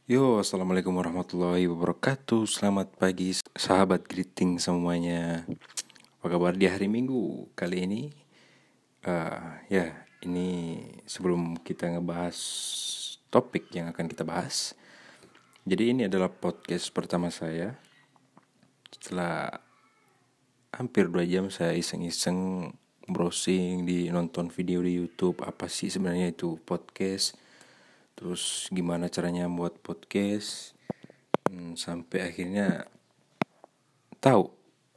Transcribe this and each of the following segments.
Assalamualaikum warahmatullahi wabarakatuh. Selamat pagi sahabat greeting semuanya. Apa kabar di hari Minggu kali ini? Ini sebelum kita ngebahas topik yang akan kita bahas. Jadi ini adalah podcast pertama saya. Setelah hampir 2 jam saya iseng-iseng browsing, nonton video di YouTube. Apa sih sebenarnya itu podcast? Terus gimana caranya buat podcast? Sampai akhirnya tahu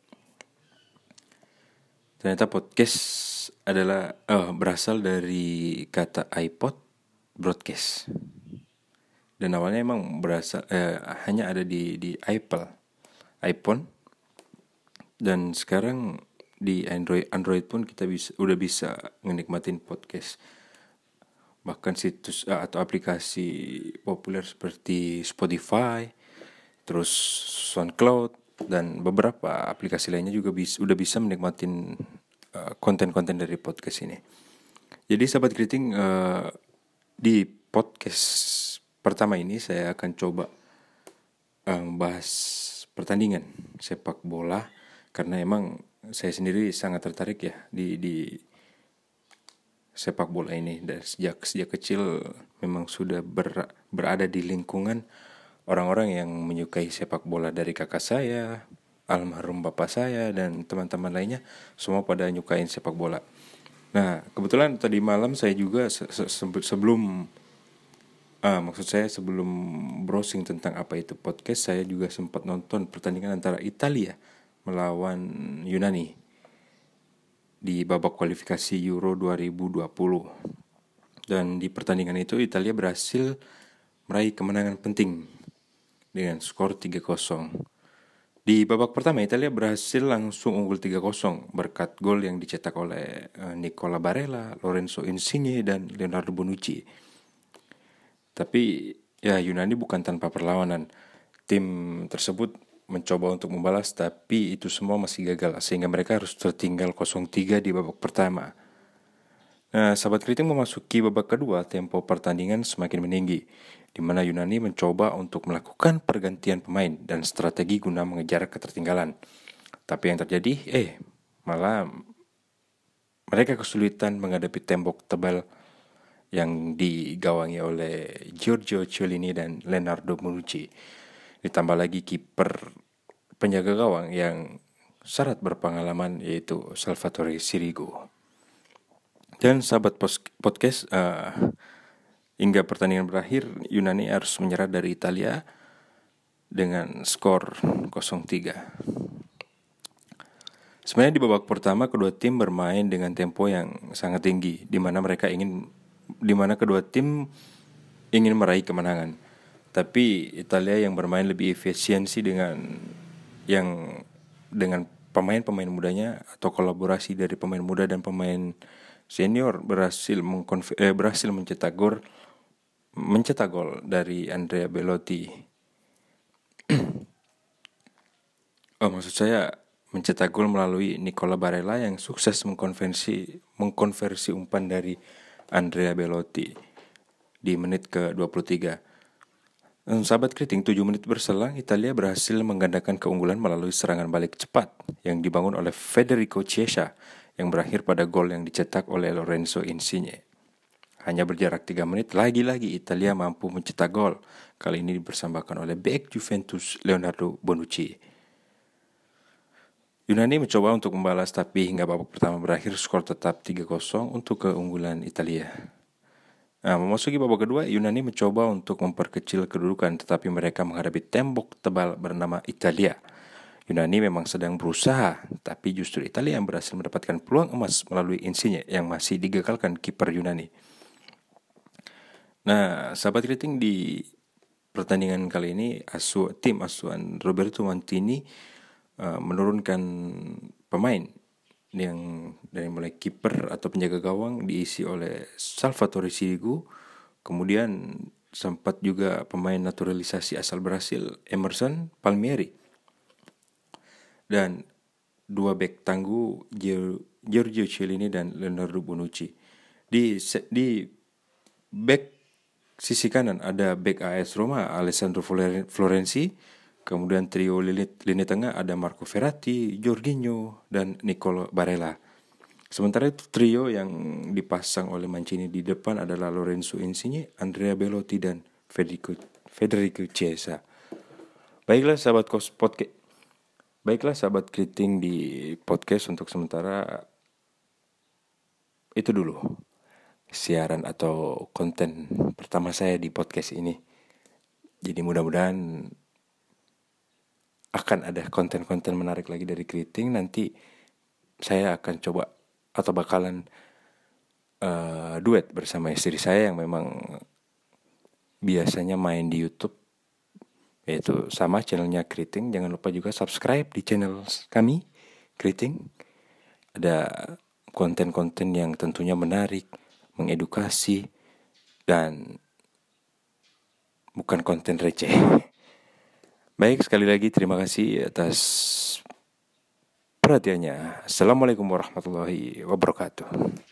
ternyata podcast adalah berasal dari kata iPod broadcast, dan awalnya emang berasal hanya ada di iPhone, dan sekarang di Android pun kita udah bisa ngenikmatin podcast. Bahkan situs atau aplikasi populer seperti Spotify, terus SoundCloud, dan beberapa aplikasi lainnya juga udah bisa menikmatin konten-konten dari podcast ini. Jadi sahabat greeting, di podcast pertama ini saya akan coba bahas pertandingan sepak bola, karena emang saya sendiri sangat tertarik ya di sepak bola ini. Dan sejak kecil memang sudah berada di lingkungan orang-orang yang menyukai sepak bola, dari kakak saya, almarhum bapak saya, dan teman-teman lainnya, semua pada nyukain sepak bola. Nah, kebetulan tadi malam saya juga sebelum browsing tentang apa itu podcast, saya juga sempat nonton pertandingan antara Italia melawan Yunani di babak kualifikasi Euro 2020. Dan di pertandingan itu Italia berhasil meraih kemenangan penting dengan skor 3-0. Di babak pertama Italia berhasil langsung unggul 3-0 berkat gol yang dicetak oleh Nicola Barella, Lorenzo Insigne, dan Leonardo Bonucci. Tapi ya, Yunani bukan tanpa perlawanan. Tim tersebut mencoba untuk membalas, tapi itu semua masih gagal, sehingga mereka harus tertinggal 0-3 di babak pertama. Nah, sahabat kritik, memasuki babak kedua, tempo pertandingan semakin meninggi, di mana Yunani mencoba untuk melakukan pergantian pemain dan strategi guna mengejar ketertinggalan. Tapi yang terjadi, malah mereka kesulitan menghadapi tembok tebal yang digawangi oleh Giorgio Chiellini dan Leonardo Bonucci. Ditambah lagi kiper penjaga gawang yang syarat berpengalaman, yaitu Salvatore Sirigu. Dan sahabat podcast, hingga pertandingan berakhir, Yunani harus menyerah dari Italia dengan skor 0-3. Sebenarnya di babak pertama kedua tim bermain dengan tempo yang sangat tinggi, di mana kedua tim ingin meraih kemenangan. Tapi Italia yang bermain lebih efisiensi dengan pemain-pemain mudanya, atau kolaborasi dari pemain muda dan pemain senior, berhasil mencetak gol dari Andrea Belotti. Maksud saya mencetak gol melalui Nicola Barella yang sukses mengkonversi umpan dari Andrea Belotti di menit ke-23. Sahabat kriting, 7 menit berselang, Italia berhasil menggandakan keunggulan melalui serangan balik cepat yang dibangun oleh Federico Chiesa, yang berakhir pada gol yang dicetak oleh Lorenzo Insigne. Hanya berjarak 3 menit, lagi-lagi Italia mampu mencetak gol, kali ini dipersembahkan oleh bek Juventus Leonardo Bonucci. Yunani mencoba untuk membalas, tapi hingga babak pertama berakhir skor tetap 3-0 untuk keunggulan Italia. Memasuki babak kedua, Yunani mencoba untuk memperkecil kedudukan, tetapi mereka menghadapi tembok tebal bernama Italia. Yunani memang sedang berusaha, tapi justru Italia yang berhasil mendapatkan peluang emas melalui Insigne yang masih digagalkan kiper Yunani. Nah, sahabat kriting, di pertandingan kali ini tim asuhan Roberto Mancini menurunkan pemain yang dari mulai kiper atau penjaga gawang diisi oleh Salvatore Sirigu, kemudian sempat juga pemain naturalisasi asal Brasil Emerson Palmieri, dan 2 bek tangguh Giorgio Chiellini dan Leonardo Bonucci. Di bek sisi kanan ada bek AS Roma Alessandro Florenzi, kemudian trio lini tengah ada Marco Verratti, Jorginho, dan Nicolo Barella. Sementara itu trio yang dipasang oleh Mancini di depan adalah Lorenzo Insigne, Andrea Belotti, dan Federico Chiesa. Baiklah sahabat kriting di podcast, untuk sementara itu dulu siaran atau konten pertama saya di podcast ini. Jadi mudah-mudahan akan ada konten-konten menarik lagi dari kriting. Nanti saya akan coba atau bakalan duet bersama istri saya yang memang biasanya main di YouTube, yaitu sama channelnya Kriting. Jangan lupa juga subscribe di channel kami Kriting. Ada konten-konten yang tentunya menarik, mengedukasi, dan bukan konten receh. Baik, sekali lagi terima kasih atas perhatiannya. Assalamualaikum warahmatullahi wabarakatuh.